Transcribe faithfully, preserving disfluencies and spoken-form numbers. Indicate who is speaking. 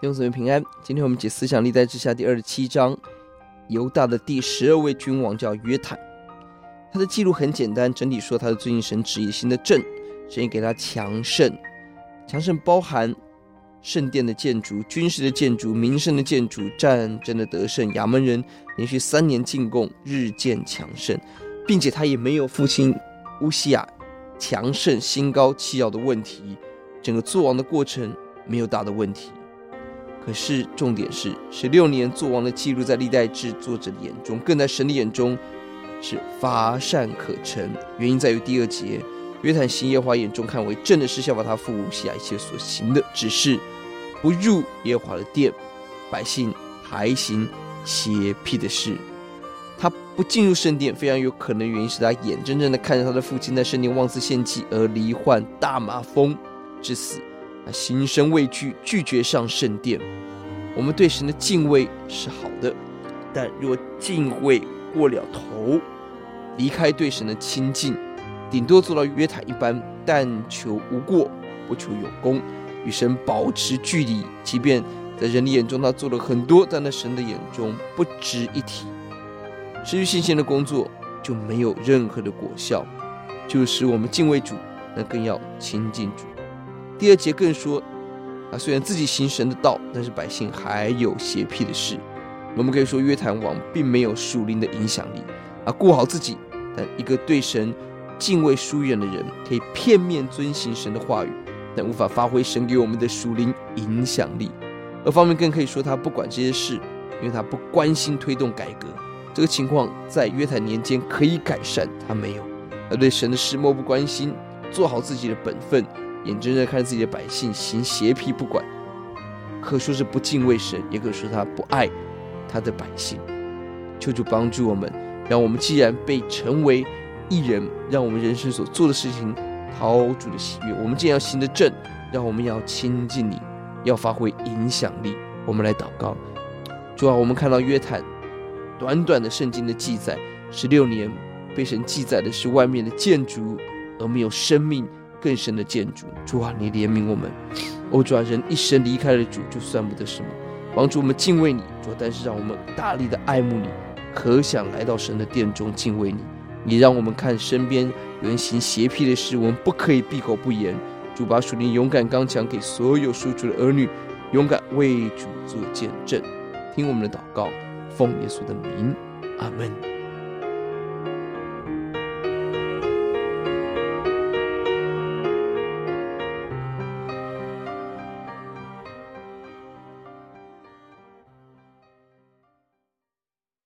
Speaker 1: 弟兄姊妹平安。今天我们解思想历代志下第二十七章，犹大的第十二位君王叫约坦。他的记录很简单，整体说他是遵行神旨意行的正，神也给他强盛。强盛包含圣殿的建筑、军事的建筑、民生的建筑、战争的得胜。亚扪人连续三年进贡，日渐强盛，并且他也没有父亲乌西亚强盛心高气傲的问题，整个作王的过程没有大的问题。可是重点是十六年作王的记录在历代志作者的眼中，更在神的眼中是乏善可陈。原因在于第二节，约坦行耶和华眼中看为正的事，效法他父乌西亚一切所行的，只是不入耶和华的殿，百姓还行邪僻的事。他不进入圣殿，非常有可能原因是他眼睁睁的看着他的父亲在圣殿妄自献祭而罹患大麻风致死。他心生畏惧，拒绝上圣殿。我们对神的敬畏是好的，但若敬畏过了头，离开对神的亲近，顶多做到约坦一般，但求无过，不求有功，与神保持距离。即便在人的眼中他做了很多，但在神的眼中不值一提。失去信心的工作就没有任何的果效，就使我们敬畏主，那更要亲近主。第二节更说，啊，虽然自己行神的道，但是百姓还有邪僻的事。我们可以说，约坦王并没有属灵的影响力，啊，顾好自己。但一个对神敬畏疏远的人，可以片面遵行神的话语，但无法发挥神给我们的属灵影响力。二方面更可以说，他不管这些事，因为他不关心推动改革。这个情况在约坦年间可以改善，他没有。他对神的事漠不关心，做好自己的本分，眼睁睁看自己的百姓行邪僻不管，可说是不敬畏神，也可说他不爱他的百姓。求主帮助我们，让我们既然被成为义人，让我们人生所做的事情讨主的喜悦。我们既然要行得正，让我们要亲近你，要发挥影响力。我们来祷告。主啊，我们看到约坦短短的圣经的记载，十六年被神记载的是外面的建筑，而没有生命更深的建筑。主啊，你怜悯我们。哦，主啊，人一生离开了主，就算不得什么。帮助我们敬畏你，主啊，但是让我们大力的爱慕你，可想来到神的殿中敬畏你。你让我们看身边有人行邪僻的事，我们不可以闭口不言。主，把属灵勇敢刚强给所有属主的儿女，勇敢为主做见证。听我们的祷告，奉耶稣的名，阿们。